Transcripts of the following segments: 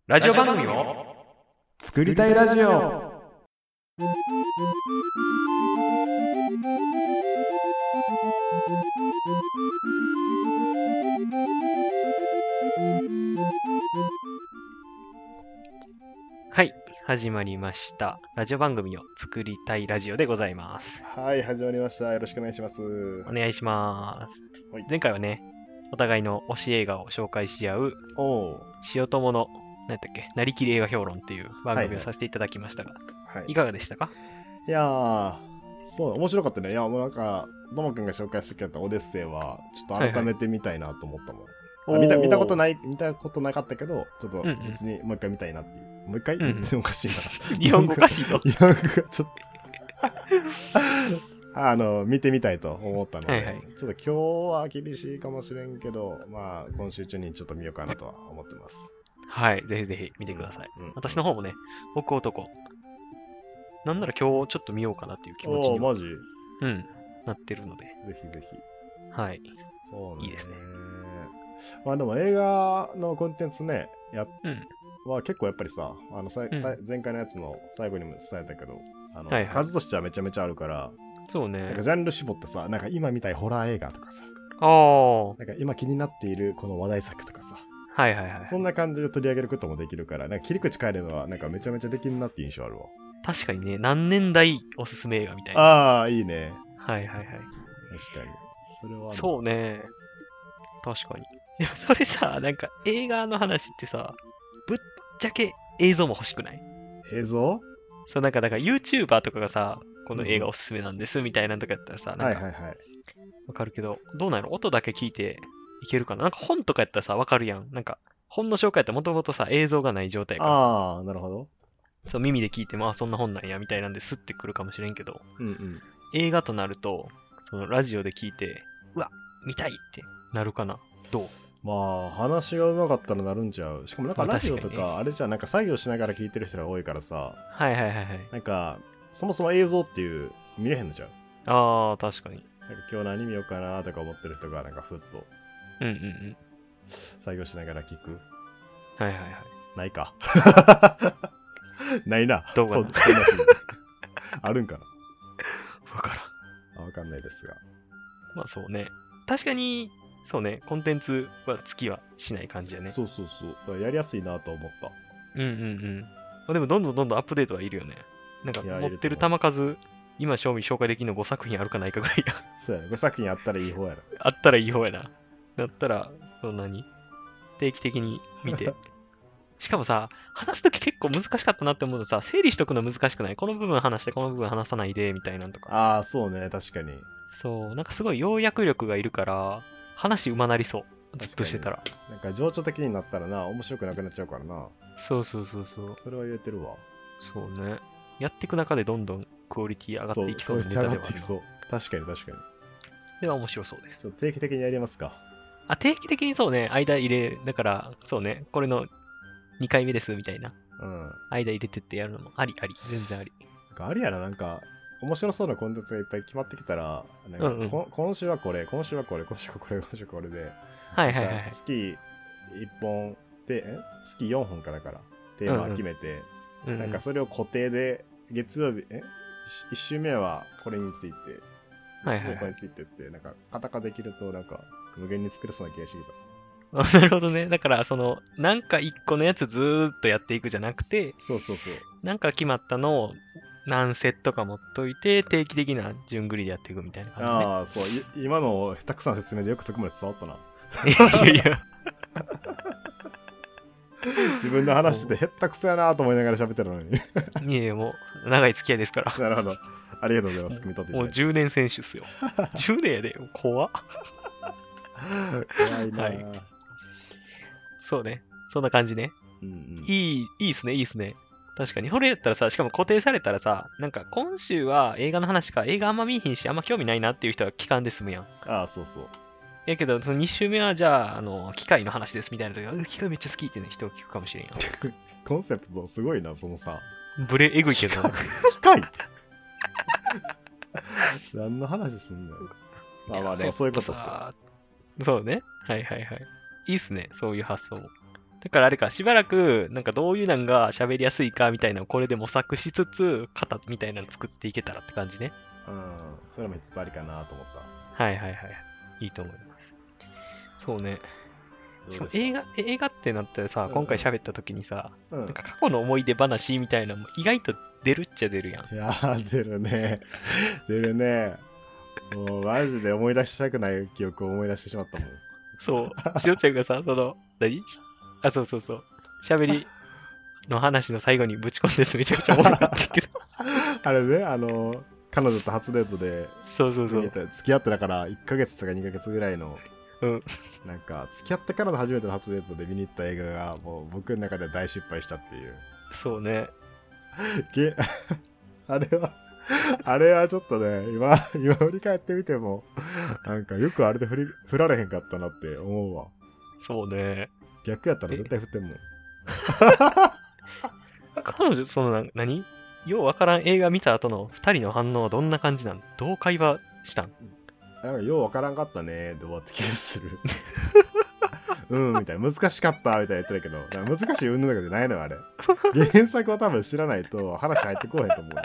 ラジオ番組を作りたいラジオ。 はい、始まりました。ラジオ番組を作りたいラジオでございます。 はい、始まりました。よろしくお願いします。 お願いします。 はい、 前回はね、お互いの推し映画を紹介し合う塩友の何やったっけ、なりきり映画評論っていう番組をさせていただきましたが、いかがでしたか？ いやー、そう、面白かったね。いや、もうなんか、ともくんが紹介してくれたオデッセイは、ちょっと改めて見たいなと思ったもん。見たことなかったけど、ちょっと別にもう一回見たいなっていう。もう一回、おかしいな。 日本語おかしいぞ。 日本語がちょっと見てみたいと思ったので、ちょっと今日は厳しいかもしれんけど、まあ今週中にちょっと見ようかなとは思ってます。 はい、ぜひぜひ見てください。私の方もね、僕男。なんなら今日ちょっと見ようかなっていう気持ちにマジ？ なってるので。 ぜひぜひ。 はい。 そうね。 いいですね。 まあでも映画のコンテンツね、は結構やっぱりさ、前回のやつの最後にも伝えたけど、数としてはめちゃめちゃあるから、 そうね。 なんかジャンル絞ってさ、なんか今見たいホラー映画とかさ、なんか今気になっているこの話題作とかさ、そんな感じで取り上げることもできるから、なんか切り口変えればなんかめちゃめちゃできるなって印象あるわ。 確かにね、何年代おすすめ映画みたいな。 ああ、いいね。 はい。確かに。それはそうね。確かに。いや、それさ、なんか映画の話ってさ、ぶっちゃけ映像も欲しくない？ 映像？ そう、なんか YouTuber とかがさ、この映画おすすめなんですみたいなのとかやったらさ、なんかわかるけど、どうなの？音だけ聞いていけるかな？なんか本とかやったらさ、わかるやん。なんか本の紹介やったらもともとさ、映像がない状態やからさ。 ああ、なるほど。 そう、耳で聞いても、そんな本なんやみたいなんでスッてくるかもしれんけど、映画となると、そのラジオで聞いて、うわ、見たいってなるかな？どう？ まあ話が上手かったらなるんちゃう。しかもなんかラジオとかあれじゃなんか作業しながら聞いてる人が多いからさ、なんかそもそも映像っていう見れへんのちゃう。 ああ、確かに。 なんか今日何見ようかなとか思ってる人がなんかふっと作業しながら聞く。ないか。ないな。 どうかな。 あるんかな。 わからん。わかんないですが。まあそうね。確かにそうね、コンテンツは尽きはしない感じやね。 そう。やりやすいなと思った。 でもどんどんアップデートはいるよね。なんか持ってる弾数、今紹介できるの5作品あるかないかぐらいや。 そうやね。5作品あったらいい方やな。 あったらいい方やな。だったら、そんなに定期的に見て。しかもさ、話すとき結構難しかったなって思うとさ、整理しとくの難しくない？この部分話して、この部分話さないで、みたいなんとか。 ああ、そうね、確かに。 そう、なんかすごい要約力がいるから、話うまなりそう。ずっとしてたら。 なんか情緒的になったらな、面白くなくなっちゃうからな。 そう。それは言えてるわ。 そうね。やっていく中でどんどんクオリティ上がっていきそうなネタではある。 確かに。 では面白そうです。 ちょっと定期的にやりますか。 定期的にそうね、間入れ、だから、そうね、これの2回目ですみたいな。間入れてってやるのも全然あり。 ありやな、なんか、面白そうなコンテンツがいっぱい決まってきたら、なんか今週はこれで、月1本で、月4本かだから、テーマを決めて、なんかそれを固定で、月曜日、1週目はこれについて、1週目はこれについてって、なんか、型化できると、なんか、無限に作れそうな気がしてきた。なるほどね。だから、なんか1個のやつずーっとやっていくじゃなくて、なんか決まったのを何セットか持っといて、定期的な順繰りでやっていくみたいな感じ、ね。 ああ、そう。今のたくさん説明でよくそこまで伝わったな。 いや。 自分の話でへったくそやなと思いながら喋ってるのに。 いや、もう、長い付き合いですから。 なるほど。ありがとうございます。汲み取っていただいて。 もう10年選手っすよ。10年やで、怖っ。 怖いな、 そうね。そんな感じね。いいっすね。確かに。これやったらさ、しかも固定されたらさ、なんか今週は映画の話か、映画あんま見えひんし、あんま興味ないなっていう人は期間で済むやん。 ああ、そう。 やけど、その2週目はじゃあ、機械の話ですみたいな時は、機械めっちゃ好きってね、人を聞くかもしれんよ。 コンセプトすごいな、そのさ。 ブレえぐいけど。 機械何の話すんだよ。まあでもそういうことっすよ。 そうね。いいっすね、そういう発想も。 だからあれか、しばらく、なんかどういうなんが喋りやすいかみたいなのをこれで模索しつつ、型みたいなの作っていけたらって感じね。 それも一つありかなと思った。 はいはいはい。いいと思います。そうね。しかも映画ってなったらさ、今回喋った時にさ、なんか過去の思い出話みたいなのも意外と出るっちゃ出るやん。 いやー、出るね。出るね。もうマジで思い出したくない記憶を思い出してしまったもん。 そう。しおちゃんがさ、そうそうそう。喋りの話の最後にぶち込んですめちゃくちゃおもろかったけど。 あれね、彼女と初デートで、 そうそうそう。 付き合ってだから1ヶ月とか2ヶ月ぐらいの、なんか、付き合ってからの初めての初デートで見に行った映画が、もう僕の中で大失敗したっていう。 そうね。 あれはちょっとね、今振り返ってみても、なんかよくあれで振られへんかったなって思うわ。 そうね。 逆やったら絶対振ってんもん。 彼女、何ようわからん映画見た後の2人の反応はどんな感じなん？どう会話したん？ なんかようわからんかったねで終わった気がする。みたいな。難しかったみたいな言ってるけど、難しい運動とかじゃないのよ、あれ。原作を多分知らないと話入ってこへんと思う。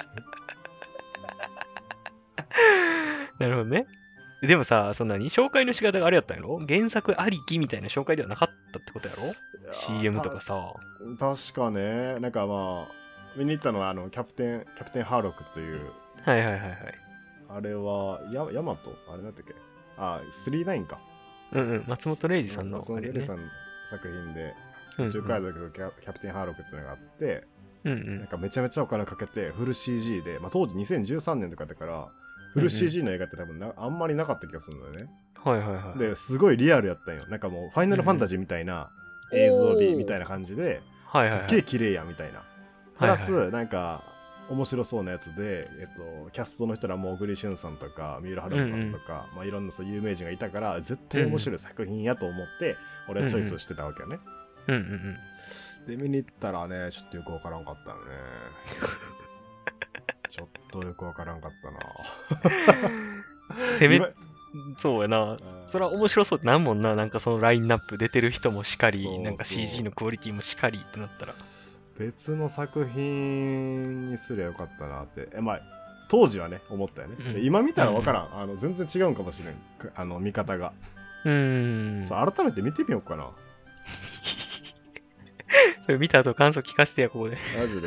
なるほどね。でもさ、そんなに紹介の仕方があれやったんやろ？原作ありきみたいな紹介ではなかったってことやろ？ CM とかさ。 確かね。なんかまあ、見に行ったのはキャプテンハーロックという。 はいはいはいはい。 あれは、ヤマトあれなんだっけ?39か。 松本零士さんの、 松本零士さんの作品で、宇宙海賊とキャプテンハーロックっていうのがあって、なんかめちゃめちゃお金かけて、フル CG で、当時2013年とかだから、フル CG の映画って多分あんまりなかった気がするんだよね。 はいはいはい。 で、すごいリアルやったんよ。なんかもう、ファイナルファンタジーみたいな映像美みたいな感じで、すっげえ綺麗やみたいな。プラス、なんか、面白そうなやつで、キャストの人らも小栗旬さんとか、三浦春馬さんとか、いろんなそう有名人がいたから、絶対面白い作品やと思って、俺はチョイスをしてたわけよね。で、見に行ったらね、ちょっとよくわからんかったよね。ちょっとよくわからんかったな。 そうやな。それは面白そうってなんもんな。なんかそのラインナップ出てる人もしかり、なんか CG のクオリティもしかりってなったら。 別の作品にすりゃよかったなって。当時はね、思ったよね。今見たらわからん。全然違うんかもしれん。見方が。そう、改めて見てみようかな。 それ見た後感想聞かせてや、ここで。 マジで。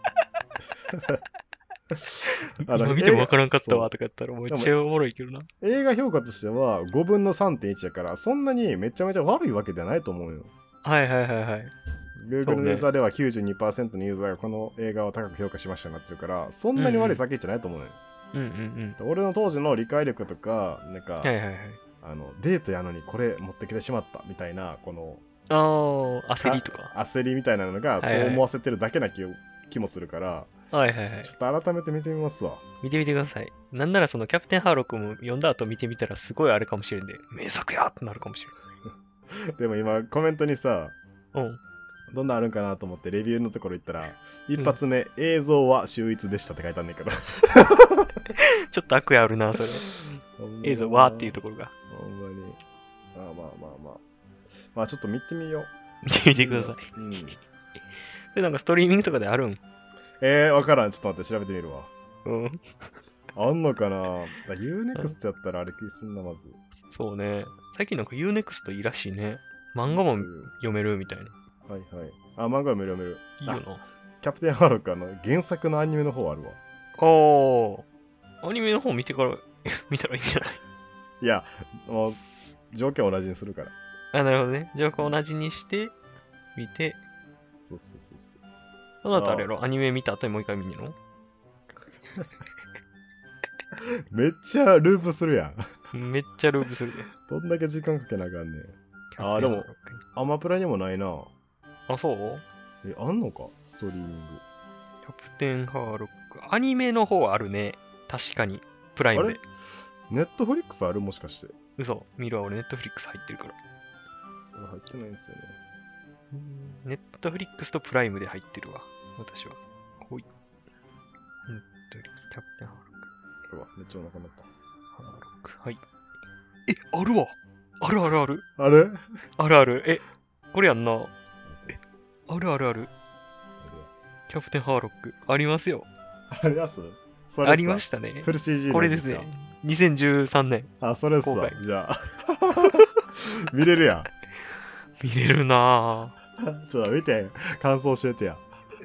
今見てもわからんかったわとかやったらめっちゃおもろいけどな。 映画評価としては5分の 3.1 やから、そんなにめちゃめちゃ悪いわけじゃないと思うよ。 はいはいはいはい。 Google のユーザーでは 92% のユーザーがこの映画を高く評価しましたになってるから、そんなに悪い作品じゃないと思うよ。俺の当時の理解力とか、なんか、デートやのにこれ持ってきてしまったみたいな、この、 焦りとか。 焦りみたいなのがそう思わせてるだけな気もするから、ちょっと改めて見てみますわ。 見てみてください。なんならそのキャプテンハーロックも読んだ後見てみたらすごいあれかもしれんで、名作やってなるかもしれん。 でも今コメントにさ、どんなあるんかなと思ってレビューのところ行ったら、一発目、映像は秀逸でしたって書いてあるんだけど。 ちょっと悪意あるな、それ。映像はっていうところが。 ほんまに。まあちょっと見てみよう。 見てみてください。それなんかストリーミングとかであるん？ わからん。ちょっと待って、調べてみるわ。あんのかな？Unext やったらあれ気すんな、まず。 そうね。最近なんか Unext いいらしいね。漫画も読めるみたいな。 はいはい。漫画読める。 いいよな。 キャプテンハーロック原作のアニメの方あるわ。 アニメの方見てから見たらいいんじゃない？ いや、もう、条件同じにするから。 なるほどね。条件同じにして、見て。 そう。 その後あれやろ？アニメ見た後にもう一回見るの？ めっちゃループするやん。めっちゃループするね。 どんだけ時間かけなあかんねん。でも、アマプラにもないな。 そう？ あんのかストリーミング。 キャプテンハーロック。アニメの方はあるね。確かに。プライムで。 ネットフリックスあるもしかして。 嘘。見るわ、俺ネットフリックス入ってるから。 俺入ってないんですよね。 ネットフリックスとプライムで入ってるわ。私は。ほい。ネットフリックス、キャプテンハーロック。 うわ、めっちゃお腹鳴った。 ハーロック。はい。あるわ。ある。 あれある。これやんな。 あるあるある。キャプテンハーロック。ありますよ。 ありますそれありましたね。 フル CG これですね。2013年。 あ、それっすわ。じゃあ。見れるやん。 見れるなぁ。ちょっと見て、感想教えてや。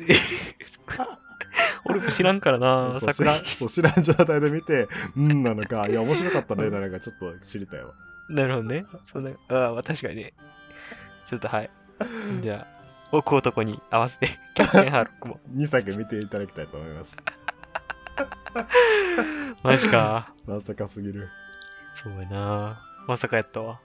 俺も知らんからなそう知らん状態で見て、なのか、いや、面白かったね、なのか、ちょっと知りたいわ。 なるほどね。確かにね。ちょっとはい。じゃあ、奥男に合わせて、キャプテンハーロックも。 2作見ていただきたいと思います。 マジか。 まさかすぎる。 そうやな。まさかやったわ。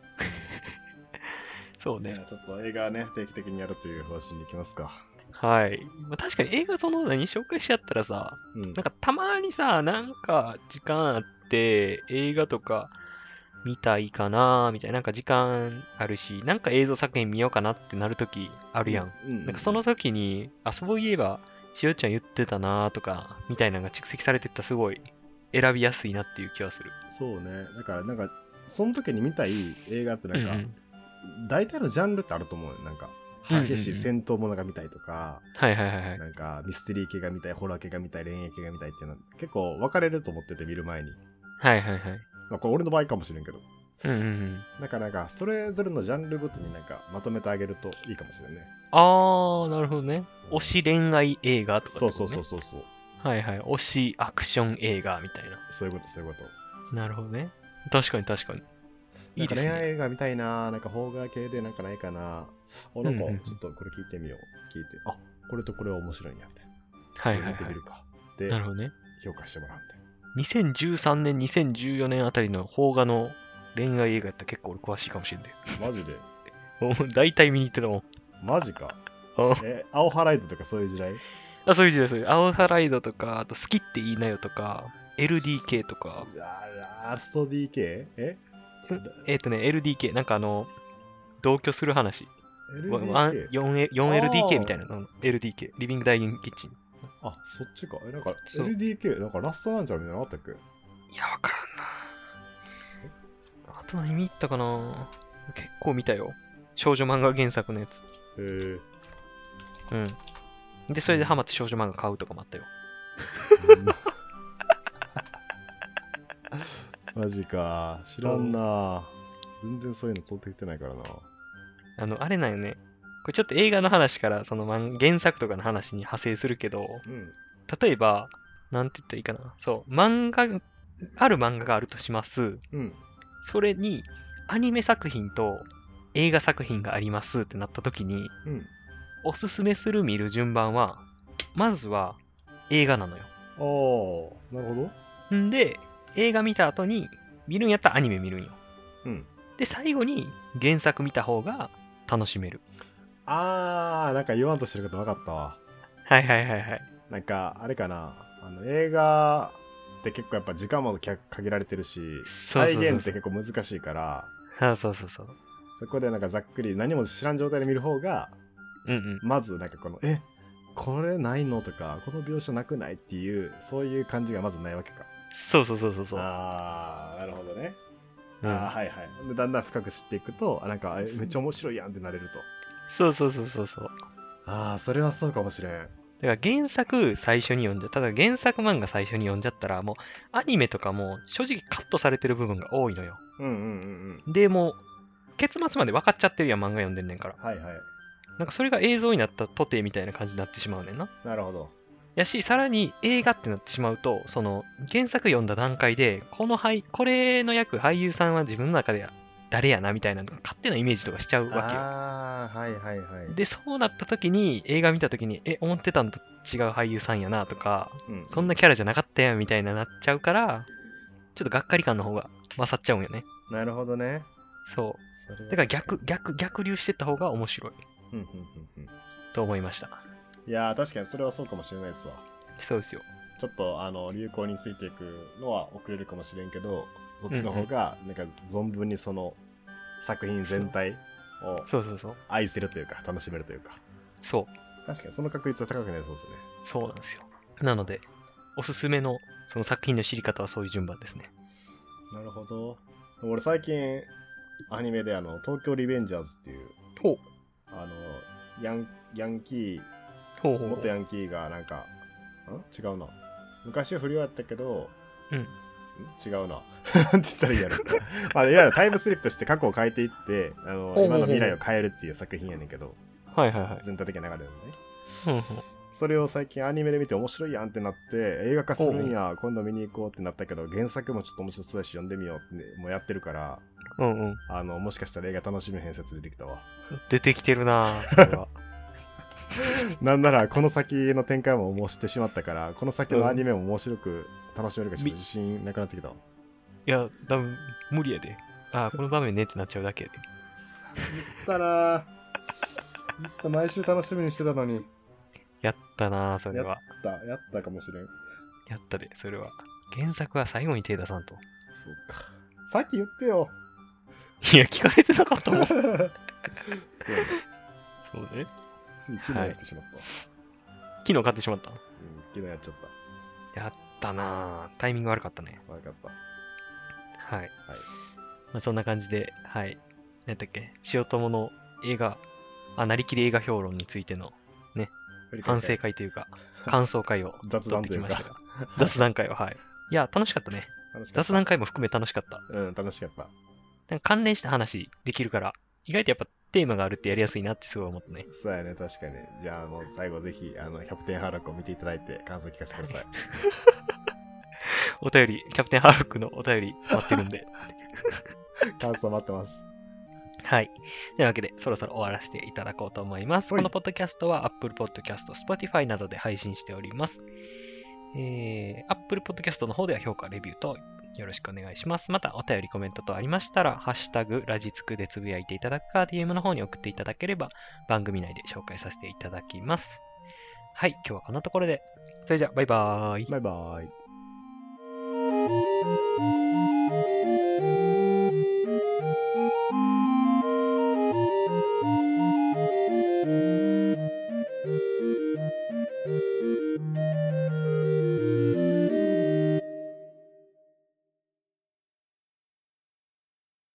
そうね。 ちょっと映画ね、定期的にやるという方針に行きますか。 はい。確かに映画紹介しちゃったらさ、なんかたまにさ、なんか時間あって映画とか見たいかなみたいな、なんか時間あるし、なんか映像作品見ようかなってなるときあるやん。なんかその時に、そういえば、しおちゃん言ってたなとか、みたいなのが蓄積されてったらすごい選びやすいなっていう気はする。 そうね。だからなんか、その時に見たい映画ってなんか、大体のジャンルってあると思うよ。なんか、激しい戦闘ものが見たいとか、なんかミステリー系が見たい、ホラー系が見たい、恋愛系が見たいっていうのは結構分かれると思ってて見る前に。まあこれ俺の場合かもしれんけど。なんかそれぞれのジャンルごとになんかまとめてあげるといいかもしれんね。 あー、なるほどね。推し恋愛映画とか、 ね。そう。 推しアクション映画みたいな。 そういうこと。 なるほどね。確かに。 いいですね。なんか恋愛映画みたいな、なんか邦画系でなんかないかな。なんかちょっとこれ聞いてみよう。聞いて、これとこれは面白いんやみたいな。見てみるか。で、 なるほどね。 評価してもらうんで。 2013年、2014年あたりの邦画の恋愛映画やったら結構俺詳しいかもしれんで。 マジで大体見に行ってたもん。 マジか。青ハライドとかそういう時代？ そういう時代。青ハライドとか、あと好きっていいなよとか、LDK とか。 ラスト DK？ LDK。なんか同居する話。4LDK みたいなの。LDK。リビングダイニングキッチン。 そっちか。なんか LDK、なんかラストなんちゃうみたいなのあったっけ？ いや、わからんな。あと何見に行ったかな？結構見たよ。少女漫画原作のやつ。で、それでハマって少女漫画買うとかもあったよ。 マジか。知らんな。全然そういうの通ってきてないからな。 あれなんよね。これちょっと映画の話から、原作とかの話に派生するけど、例えば、なんて言ったらいいかな。そう、ある漫画があるとします。それに、アニメ作品と映画作品がありますってなった時に、おすすめする見る順番は、まずは映画なのよ。 なるほど。んで、映画見た後に、見るんやったらアニメ見るんよ。で、最後に原作見た方が楽しめる。 なんか言わんとしてること分かったわ。なんか、あれかな。映画って結構やっぱ時間も限られてるし、再現って結構難しいから、 そこでなんかざっくり何も知らん状態で見る方が、まずなんかこれないのとか、この描写なくないっていう、そういう感じがまずないわけか。 そう。 なるほどね。でだんだん深く知っていくと、なんかめっちゃ面白いやんってなれると。 そう。それはそうかもしれん。 だから原作最初に読んじゃ、ただ原作漫画最初に読んじゃったら、もうアニメとかも正直カットされてる部分が多いのよ。で、もう結末まで分かっちゃってるやん、漫画読んでんねんから。なんかそれが映像になったとてみたいな感じになってしまうねんな。 なるほど。 やし、さらに映画ってなってしまうと、その原作読んだ段階で、これの役俳優さんは自分の中では誰やなみたいな勝手なイメージとかしちゃうわけよ。で、そうなった時に、映画見た時に、思ってたんと違う俳優さんやなとか、そんなキャラじゃなかったやんみたいなっちゃうから、ちょっとがっかり感の方が勝っちゃうんよね。 なるほどね。 そう。だから逆流してった方が面白い。と思いました。 いやー、確かにそれはそうかもしれないですわ。 そうですよ。 ちょっと流行についていくのは遅れるかもしれんけど、そっちの方がなんか存分にその作品全体を愛せるというか楽しめるというか。 そう。 確かにその確率は高くなりそうですね。 そうなんですよ。なのでおすすめのその作品の知り方はそういう順番ですね。 なるほど。俺最近アニメで東京リベンジャーズっていうヤンキー、元ヤンキーがなんか、違うな。昔は不良やったけど、違うな。って言ったらいいやろ。まあ、いわゆるタイムスリップして過去を変えていって、今の未来を変えるっていう作品やねんけど、全体的な流れのね。それを最近アニメで見て面白いやんってなって、映画化するんや、今度見に行こうってなったけど、原作もちょっと面白そうだし読んでみようってもうやってるから、もしかしたら映画楽しめへん説出てきたわ。 出てきてるなぁ、それは。 なんならこの先の展開ももう知ってしまったから、この先のアニメも面白く楽しめるかちょっと自信なくなってきたわ。 いや、多分無理やで。この場面ねってなっちゃうだけやで。 ミスったなぁ。ミスった、毎週楽しみにしてたのに。 やったなぁ、それは。 やったかもしれん。 やったで、それは。原作は最後に手出さんと。 そうか。さっき言ってよ。 いや、聞かれてなかったもん。そうね。 つい昨日やってしまった。 昨日買ってしまった。 昨日やっちゃった。 やったなぁ。タイミング悪かったね。 悪かった。 はい。そんな感じで、何だっけ、塩友の映画、なりきり映画評論についてのね、反省会というか、感想会を雑談というか雑談会を、いや、楽しかったね。雑談会も含め楽しかった。 楽しかった。 なんか関連した話できるから、意外とやっぱテーマがあるってやりやすいなってすごい思ったね。 そうやね、確かに。じゃあもう最後ぜひ、キャプテンハーロックを見ていただいて感想聞かせてください。 お便り、キャプテンハーロックのお便り待ってるんで。 感想待ってます。 はい。というわけで、そろそろ終わらせていただこうと思います。このポッドキャストは Apple Podcast、Spotify などで配信しております。Apple Podcast の方では評価、レビューとよろしくお願いします。また、お便り、コメントとありましたら、ハッシュタグ、ラジツクでつぶやいていただくか、DM の方に送っていただければ、番組内で紹介させていただきます。はい、今日はこんなところで。それじゃあ、バイバーイ。 バイバーイ。